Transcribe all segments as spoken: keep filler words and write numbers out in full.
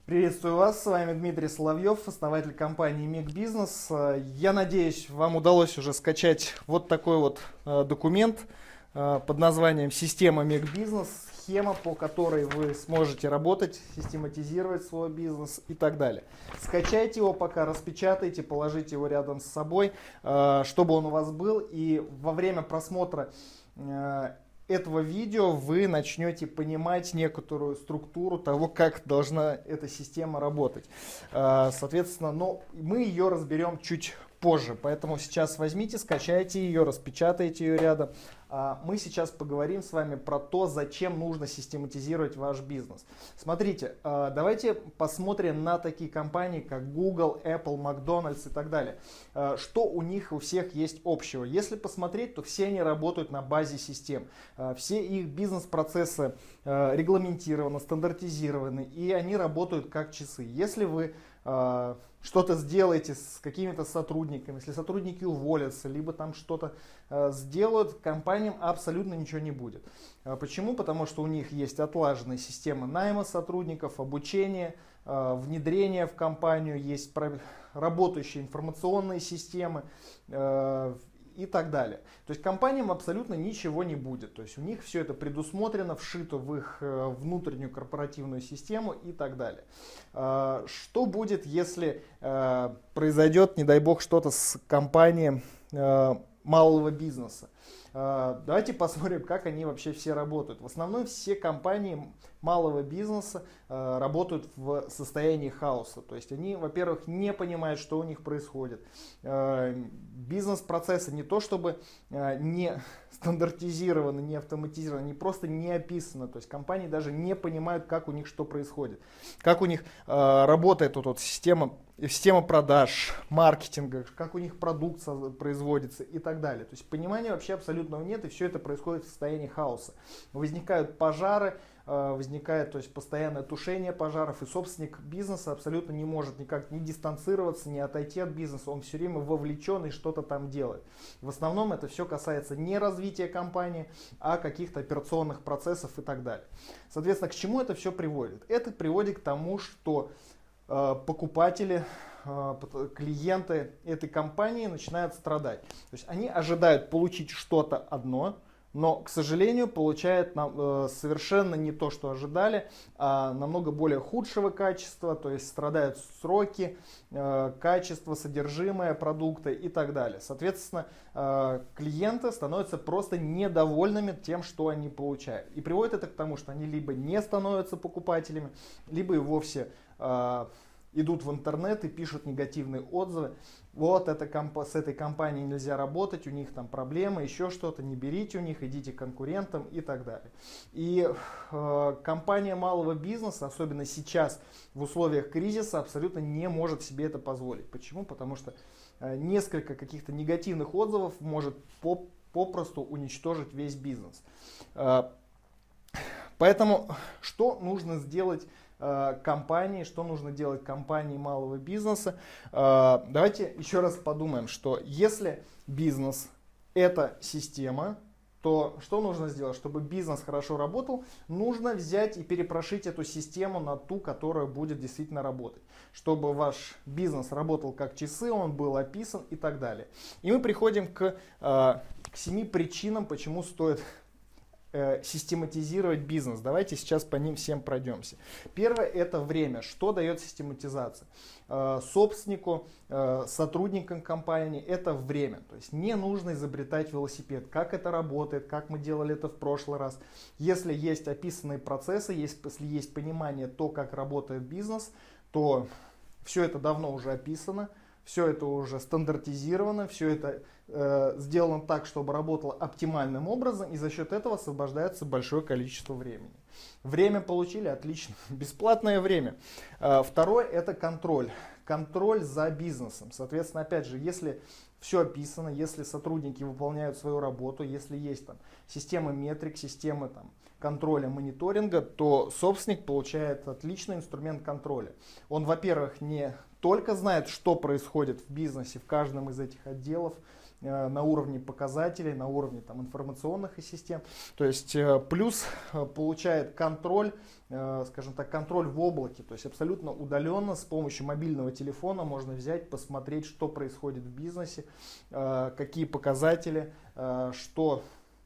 Приветствую вас, с вами Дмитрий Соловьев, основатель компании Мег Бизнес. Я надеюсь, вам удалось уже скачать вот такой вот документ под названием «Система Мег Бизнес», схема, по которой вы сможете работать, систематизировать свой бизнес и так далее. Скачайте его пока, распечатайте, положите его рядом с собой, чтобы он у вас был, и во время просмотра этого видео вы начнете понимать некоторую структуру того, как должна эта система работать. Соответственно, но мы ее разберем чуть позже, поэтому сейчас возьмите, скачайте ее, распечатайте ее рядом. Мы сейчас поговорим с вами про то, зачем нужно систематизировать ваш бизнес. Смотрите, давайте посмотрим на такие компании, как Google, Apple, Макдональдс и так далее. Что у них у всех есть общего? Если посмотреть, то все они работают на базе систем. Все их бизнес-процессы регламентированы, стандартизированы, и они работают как часы. Если вы что-то сделаете с какими-то сотрудниками, если сотрудники уволятся, либо там что-то э, сделают, компаниям абсолютно ничего не будет. А почему? Потому что у них есть отлаженная система найма сотрудников, обучения, э, внедрения в компанию, есть про- работающие информационные системы э, и так далее. То есть компаниям абсолютно ничего не будет. То есть у них все это предусмотрено, вшито в их э, внутреннюю корпоративную систему и так далее. Э, что будет, если э, произойдет, не дай бог, что-то с компанией э, малого бизнеса? Э, давайте посмотрим, как они вообще все работают. В основном все компании малого бизнеса э, работают в состоянии хаоса. То есть они, во-первых, не понимают, что у них происходит. Э, бизнес-процессы не то чтобы э, не стандартизированы, не автоматизированы, они просто не описаны. То есть компании даже не понимают, как у них что происходит. Как у них э, работает вот, вот система, система продаж, маркетинга, как у них продукция производится и так далее. То есть понимания вообще абсолютного нет, и все это происходит в состоянии хаоса. Возникают пожары, возникает, то есть постоянное тушение пожаров, и собственник бизнеса абсолютно не может никак не дистанцироваться, не отойти от бизнеса, он все время вовлечен и что-то там делает. В основном это все касается не развития компании, а каких-то операционных процессов и так далее. Соответственно, к чему это все приводит? Это приводит к тому, что э, покупатели, э, клиенты этой компании начинают страдать. То есть они ожидают получить что-то одно, но, к сожалению, получают э, совершенно не то, что ожидали, а намного более худшего качества, то есть страдают сроки, э, качество, содержимое продукта и так далее. Соответственно, э, клиенты становятся просто недовольными тем, что они получают. И приводит это к тому, что они либо не становятся покупателями, либо и вовсе э, идут в интернет и пишут негативные отзывы. Вот это, с этой компанией нельзя работать, у них там проблемы, еще что-то, не берите у них, идите к конкурентам и так далее. И э, компания малого бизнеса, особенно сейчас в условиях кризиса, абсолютно не может себе это позволить. Почему? Потому что э, несколько каких-то негативных отзывов может по, попросту уничтожить весь бизнес. Э, поэтому что нужно сделать компании, что нужно делать компании малого бизнеса? Давайте еще раз подумаем, что если бизнес это система, то что нужно сделать? Чтобы бизнес хорошо работал, нужно взять и перепрошить эту систему на ту, которая будет действительно работать. Чтобы ваш бизнес работал как часы, он был описан и так далее. И мы приходим к, к семи причинам, почему стоит систематизировать бизнес. Давайте сейчас по ним всем пройдемся. Первое — это время. Что дает систематизация? Собственнику, сотрудникам компании это время. То есть не нужно изобретать велосипед. Как это работает, как мы делали это в прошлый раз. Если есть описанные процессы, если есть понимание то, как работает бизнес, то все это давно уже описано. Все это уже стандартизировано, все это э, сделано так, чтобы работало оптимальным образом, и за счет этого освобождается большое количество времени. Время получили, отлично, бесплатное время. Э, второе — это контроль. Контроль за бизнесом. Соответственно, опять же, если все описано, если сотрудники выполняют свою работу, если есть там система метрик, система там контроля, мониторинга, то собственник получает отличный инструмент контроля. Он, во-первых, не только знает, что происходит в бизнесе в каждом из этих отделов, э, на уровне показателей, на уровне там, информационных систем. То есть э, плюс э, получает контроль, э, скажем так, контроль в облаке. То есть абсолютно удаленно с помощью мобильного телефона можно взять, посмотреть, что происходит в бизнесе, э, какие показатели, э, что...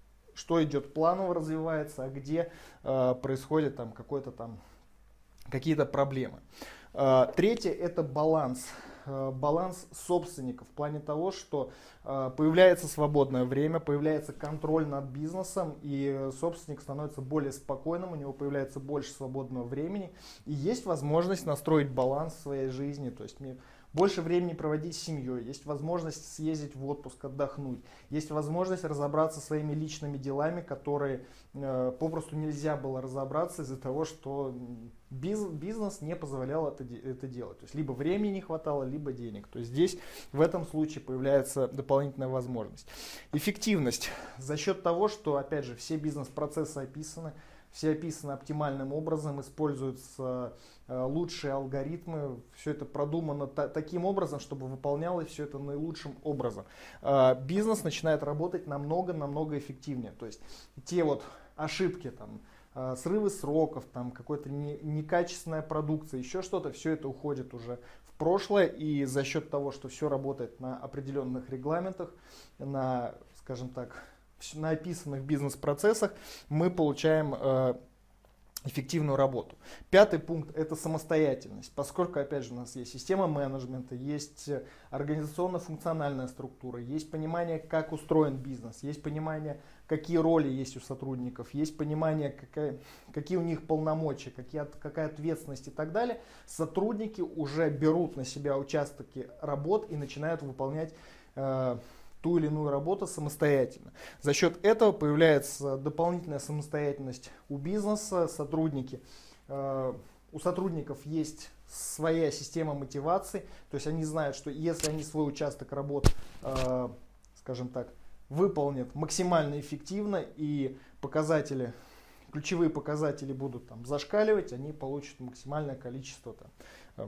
что идет планово развивается, а где э, происходит там какой-то там какие-то проблемы. Э, третье это баланс. Э, баланс собственников в плане того, что э, появляется свободное время, появляется контроль над бизнесом, и собственник становится более спокойным, у него появляется больше свободного времени, и есть возможность настроить баланс в своей жизни. То есть мне больше времени проводить с семьей, есть возможность съездить в отпуск, отдохнуть, есть возможность разобраться со своими личными делами, которые э, попросту нельзя было разобраться из-за того, что биз, бизнес не позволял это, это делать. То есть либо времени не хватало, либо денег. То есть здесь в этом случае появляется дополнительная возможность. Эффективность за счет того, что, опять же, все бизнес-процессы описаны, все описаны оптимальным образом, используются э, лучшие алгоритмы, все это продумано та таким образом, чтобы выполнялось все это наилучшим образом. Э, бизнес начинает работать намного-намного эффективнее. То есть те вот ошибки, там, э, срывы сроков, там, какой-то не, некачественная продукция, еще что-то, все это уходит уже в прошлое. И за счет того, что все работает на определенных регламентах, на, скажем так, на описанных бизнес-процессах, мы получаем э, эффективную работу. Пятый пункт – это самостоятельность. Поскольку, опять же, у нас есть система менеджмента, есть организационно-функциональная структура, есть понимание, как устроен бизнес, есть понимание, какие роли есть у сотрудников, есть понимание, какая, какие у них полномочия, какие, какая ответственность и так далее, сотрудники уже берут на себя участки работ и начинают выполнять э, ту или иную работу самостоятельно. За счет этого появляется дополнительная самостоятельность у бизнеса, сотрудники. Э, у сотрудников есть своя система мотивации, то есть они знают, что если они свой участок работ, э, скажем так, выполнят максимально эффективно и показатели, ключевые показатели будут там зашкаливать, они получат максимальное количество там, э,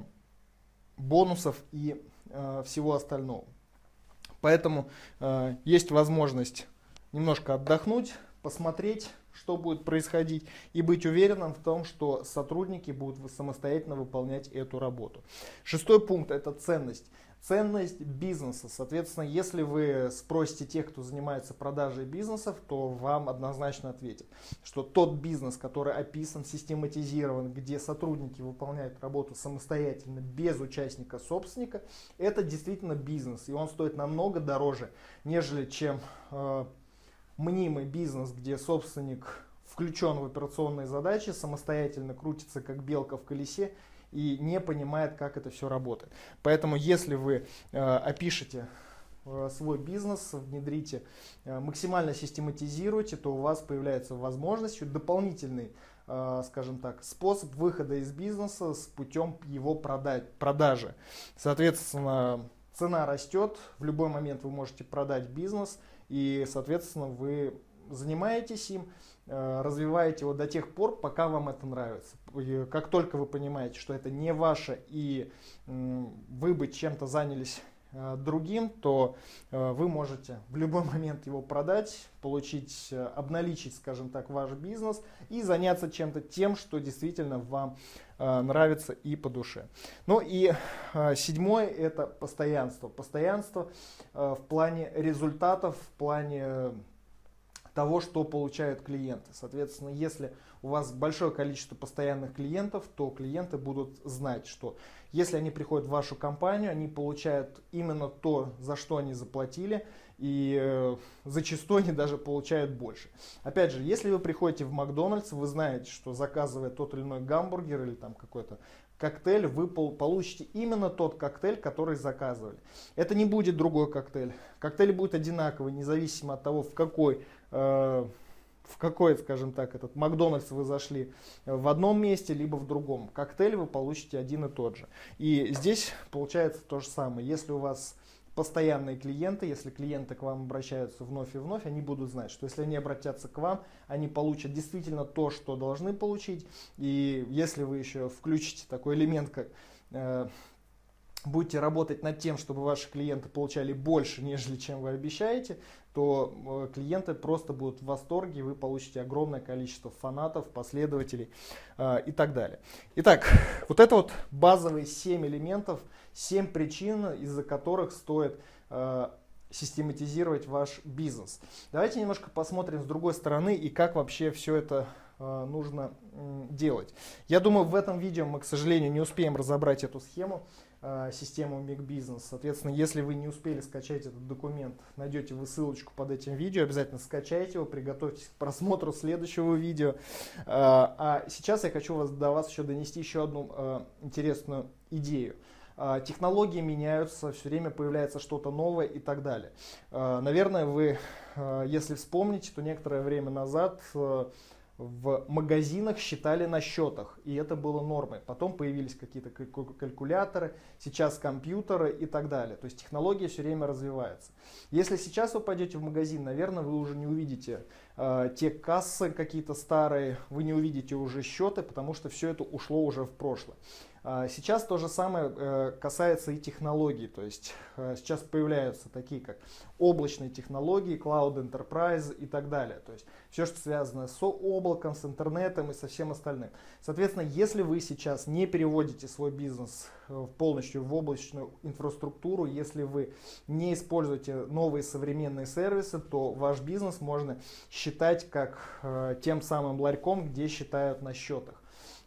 бонусов и э, всего остального. Поэтому э, есть возможность немножко отдохнуть, посмотреть, что будет происходить, и быть уверенным в том, что сотрудники будут самостоятельно выполнять эту работу. Шестой пункт – это ценность. Ценность бизнеса. Соответственно, если вы спросите тех, кто занимается продажей бизнесов, то вам однозначно ответят, что тот бизнес, который описан, систематизирован, где сотрудники выполняют работу самостоятельно, без участника-собственника, это действительно бизнес. И он стоит намного дороже, нежели чем э, мнимый бизнес, где собственник включен в операционные задачи, самостоятельно крутится как белка в колесе, и не понимает, как это все работает. Поэтому, если вы э, опишете э, свой бизнес, внедрите, э, максимально систематизируете, то у вас появляется возможность, дополнительный, э, скажем так, способ выхода из бизнеса с путем его продать, продажи. Соответственно, цена растет, в любой момент вы можете продать бизнес, и, соответственно, вы занимаетесь им, развиваете его до тех пор, пока вам это нравится. Как только вы понимаете, что это не ваше, и вы бы чем-то занялись другим, то вы можете в любой момент его продать, получить, обналичить, скажем так, ваш бизнес и заняться чем-то тем, что действительно вам нравится и по душе. Ну и седьмое – это постоянство. Постоянство в плане результатов, в плане того, что получают клиенты. Соответственно, если у вас большое количество постоянных клиентов, то клиенты будут знать, что если они приходят в вашу компанию, они получают именно то, за что они заплатили, и э, зачастую они даже получают больше. Опять же, если вы приходите в Макдональдс, вы знаете, что заказывая тот или иной гамбургер или там какой-то коктейль, вы получите именно тот коктейль, который заказывали. Это не будет другой коктейль. Коктейль будет одинаковый, независимо от того, в какой, э, в какой, скажем так, этот Макдональдс вы зашли, в одном месте, либо в другом. Коктейль вы получите один и тот же. И здесь получается то же самое. Если у вас постоянные клиенты, если клиенты к вам обращаются вновь и вновь, они будут знать, что если они обратятся к вам, они получат действительно то, что должны получить. И если вы еще включите такой элемент, как э, будете работать над тем, чтобы ваши клиенты получали больше, нежели чем вы обещаете, то клиенты просто будут в восторге, вы получите огромное количество фанатов, последователей э, и так далее. Итак, вот это вот базовые семь элементов, семь причин, из-за которых стоит э, систематизировать ваш бизнес. Давайте немножко посмотрим с другой стороны и как вообще все это э, нужно э, делать. Я думаю, в этом видео мы, к сожалению, не успеем разобрать эту схему, систему Мег Бизнес. Соответственно, если вы не успели скачать этот документ, найдете вы ссылочку под этим видео, обязательно скачайте его, приготовьтесь к просмотру следующего видео. А сейчас я хочу вас, до вас еще донести еще одну интересную идею. Технологии меняются, все время появляется что-то новое и так далее. Наверное, вы, если вспомните, то некоторое время назад в магазинах считали на счетах, и это было нормой. Потом появились какие-то калькуляторы, сейчас компьютеры и так далее. То есть технологии все время развиваются. Если сейчас вы пойдете в магазин, наверное, вы уже не увидите э, те кассы какие-то старые, вы не увидите уже счеты, потому что все это ушло уже в прошлое. Сейчас то же самое касается и технологий, то есть сейчас появляются такие как облачные технологии, Cloud Enterprise и так далее. То есть все, что связано с облаком, с интернетом и со всем остальным. Соответственно, если вы сейчас не переводите свой бизнес полностью в облачную инфраструктуру, если вы не используете новые современные сервисы, то ваш бизнес можно считать как тем самым ларьком, где считают на счетах.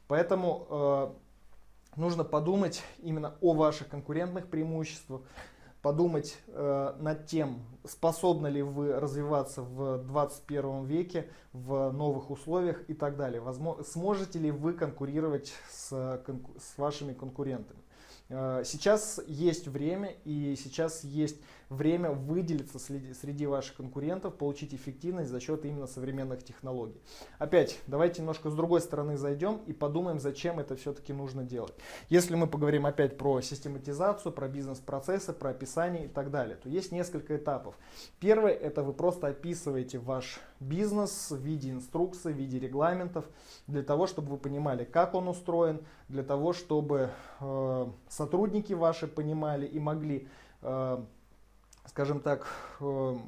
Поэтому нужно подумать именно о ваших конкурентных преимуществах, подумать э, над тем, способны ли вы развиваться в двадцать первом веке, в новых условиях и так далее. Возможно, сможете ли вы конкурировать с, с вашими конкурентами. Э, сейчас есть время, и сейчас есть время выделиться среди, среди ваших конкурентов, получить эффективность за счет именно современных технологий. Опять, давайте немножко с другой стороны зайдем и подумаем, зачем это все-таки нужно делать. Если мы поговорим опять про систематизацию, про бизнес-процессы, про описание и так далее, то есть несколько этапов. Первое, это вы просто описываете ваш бизнес в виде инструкций, в виде регламентов, для того, чтобы вы понимали, как он устроен, для того, чтобы э, сотрудники ваши понимали и могли э, скажем так, э,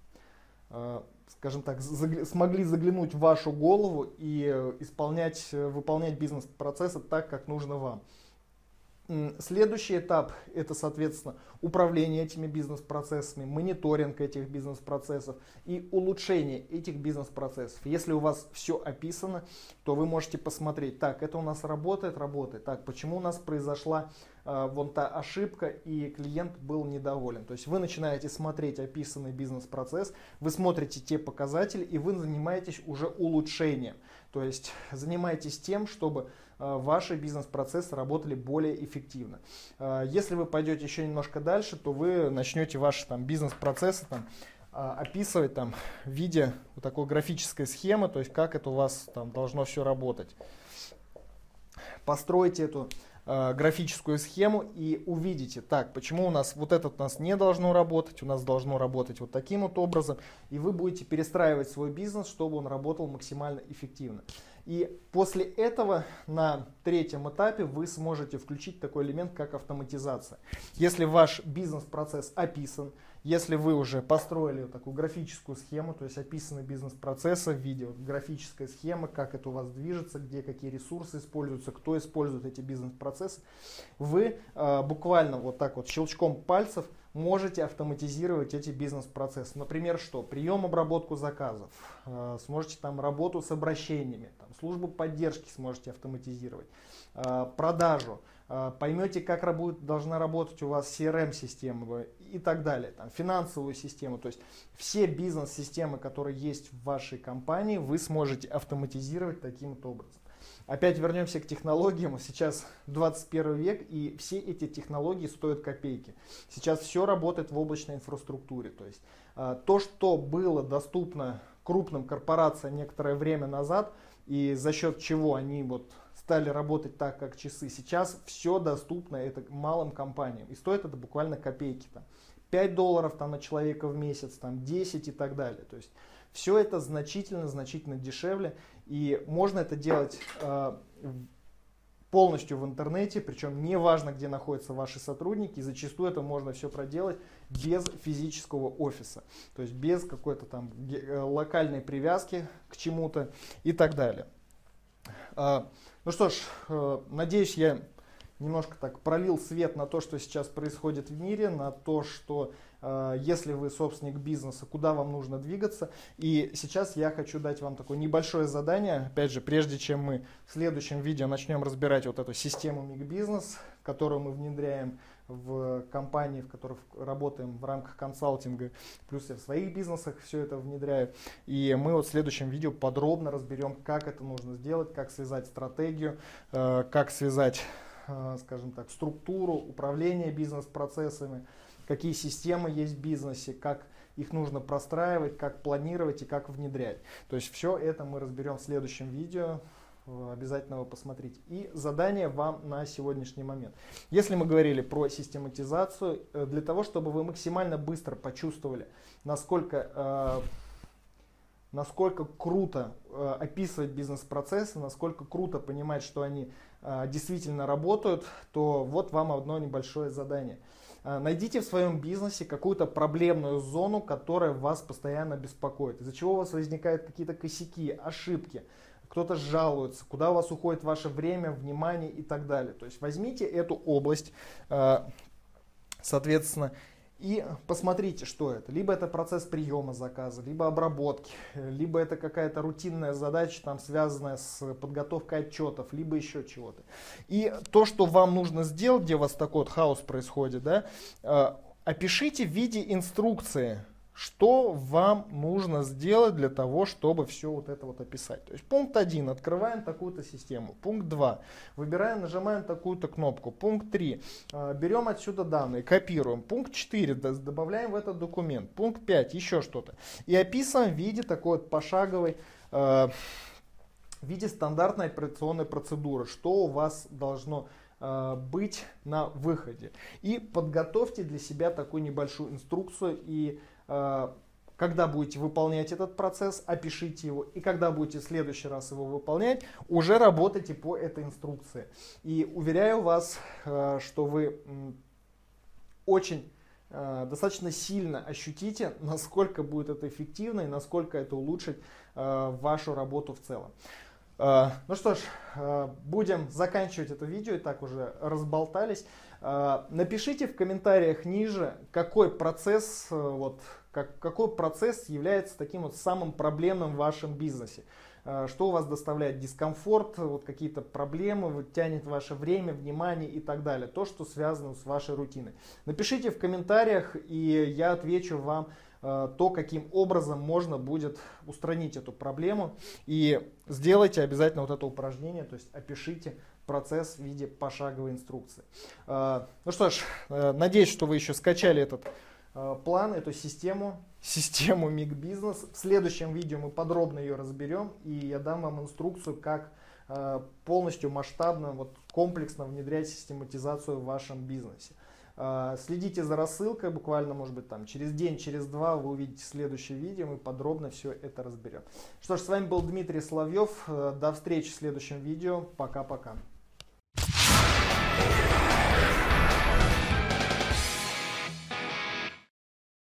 э, скажем так, загля- смогли заглянуть в вашу голову и исполнять, выполнять бизнес-процессы так, как нужно вам. Следующий этап – это, соответственно, управление этими бизнес-процессами, мониторинг этих бизнес-процессов и улучшение этих бизнес-процессов. Если у вас все описано, то вы можете посмотреть, так, это у нас работает, работает, так, почему у нас произошла э, вон та ошибка и клиент был недоволен. То есть вы начинаете смотреть описанный бизнес-процесс, вы смотрите те показатели и вы занимаетесь уже улучшением. То есть занимаетесь тем, чтобы ваши бизнес-процессы работали более эффективно. Если вы пойдете еще немножко дальше, то вы начнете ваши там, бизнес-процессы там, описывать там, в виде вот такой графической схемы, то есть как это у вас там, должно все работать. Постройте эту э, графическую схему и увидите, так, почему у нас вот это у нас не должно работать, у нас должно работать вот таким вот образом, и вы будете перестраивать свой бизнес, чтобы он работал максимально эффективно. И после этого на третьем этапе вы сможете включить такой элемент, как автоматизация. Если ваш бизнес-процесс описан, если вы уже построили вот такую графическую схему, то есть описаны бизнес-процессы в виде вот графической схемы, как это у вас движется, где какие ресурсы используются, кто использует эти бизнес-процессы, вы э, буквально вот так вот щелчком пальцев можете автоматизировать эти бизнес-процессы. Например, что? Прием, обработку заказов, э, сможете там работу с обращениями, там, службу поддержки сможете автоматизировать, э, продажу, э, поймете, как работает, должна работать у вас си эр эм-система и так далее, там, финансовую систему. То есть все бизнес-системы, которые есть в вашей компании, вы сможете автоматизировать таким вот образом. Опять вернемся к технологиям. Сейчас двадцать первый век, и все эти технологии стоят копейки. Сейчас все работает в облачной инфраструктуре. То есть э, то, что было доступно крупным корпорациям некоторое время назад, и за счет чего они вот стали работать так, как часы, сейчас все доступно это малым компаниям. И стоит это буквально копейки. Там, пять долларов там, на человека в месяц, там, десять и так далее. То есть все это значительно-значительно дешевле, и можно это делать э, полностью в интернете, причем неважно, где находятся ваши сотрудники, и зачастую это можно все проделать без физического офиса, то есть без какой-то там локальной привязки к чему-то и так далее. Ну что ж, надеюсь, я немножко так пролил свет на то, что сейчас происходит в мире, на то, что э, если вы собственник бизнеса, куда вам нужно двигаться. И сейчас я хочу дать вам такое небольшое задание, опять же, прежде чем мы в следующем видео начнем разбирать вот эту систему миг бизнес, которую мы внедряем в компании, в которых работаем в рамках консалтинга, плюс я в своих бизнесах все это внедряю. И мы вот в следующем видео подробно разберем, как это нужно сделать, как связать стратегию, э, как связать, скажем так, структуру управления бизнес-процессами, какие системы есть в бизнесе, как их нужно простраивать, как планировать и как внедрять. То есть все это мы разберем в следующем видео, обязательно его посмотрите. И задание вам на сегодняшний момент. Если мы говорили про систематизацию, для того, чтобы вы максимально быстро почувствовали, насколько насколько круто э, описывать бизнес-процессы, насколько круто понимать, что они э, действительно работают, то вот вам одно небольшое задание. Э, найдите в своем бизнесе какую-то проблемную зону, которая вас постоянно беспокоит, из-за чего у вас возникают какие-то косяки, ошибки, кто-то жалуется, куда у вас уходит ваше время, внимание и так далее. То есть возьмите эту область, э, соответственно, и посмотрите, что это. Либо это процесс приема заказа, либо обработки, либо это какая-то рутинная задача, там, связанная с подготовкой отчетов, либо еще чего-то. И то, что вам нужно сделать, где у вас такой вот хаос происходит, да, э, опишите в виде инструкции, что вам нужно сделать для того, чтобы все вот это вот описать. То есть пункт один. Открываем такую-то систему. Пункт два. Выбираем, нажимаем такую-то кнопку. Пункт три. Берем отсюда данные, копируем. Пункт четыре. Добавляем в этот документ. Пункт пять. Еще что-то. И описываем в виде такой вот пошаговой, э, в виде стандартной операционной процедуры, что у вас должно э, быть на выходе. И подготовьте для себя такую небольшую инструкцию и когда будете выполнять этот процесс, опишите его. И когда будете в следующий раз его выполнять, уже работайте по этой инструкции. И уверяю вас, что вы очень достаточно сильно ощутите, насколько будет это эффективно и насколько это улучшит вашу работу в целом. Ну что ж, будем заканчивать это видео, и так уже разболтались. Напишите в комментариях ниже, какой процесс, вот, как, какой процесс является таким вот самым проблемным в вашем бизнесе. Что у вас доставляет дискомфорт, вот какие-то проблемы, вот, тянет ваше время, внимание и так далее. То, что связано с вашей рутиной. Напишите в комментариях, и я отвечу вам то, каким образом можно будет устранить эту проблему. И сделайте обязательно вот это упражнение, то есть опишите процесс в виде пошаговой инструкции. Ну что ж, надеюсь, что вы еще скачали этот план, эту систему, систему миг бизнес. В следующем видео мы подробно ее разберем, и я дам вам инструкцию, как полностью масштабно, вот, комплексно внедрять систематизацию в вашем бизнесе. Следите за рассылкой, буквально, может быть, там через день, через два вы увидите следующее видео, мы подробно все это разберем. Что ж, с вами был Дмитрий Соловьев. До встречи в следующем видео. Пока-пока.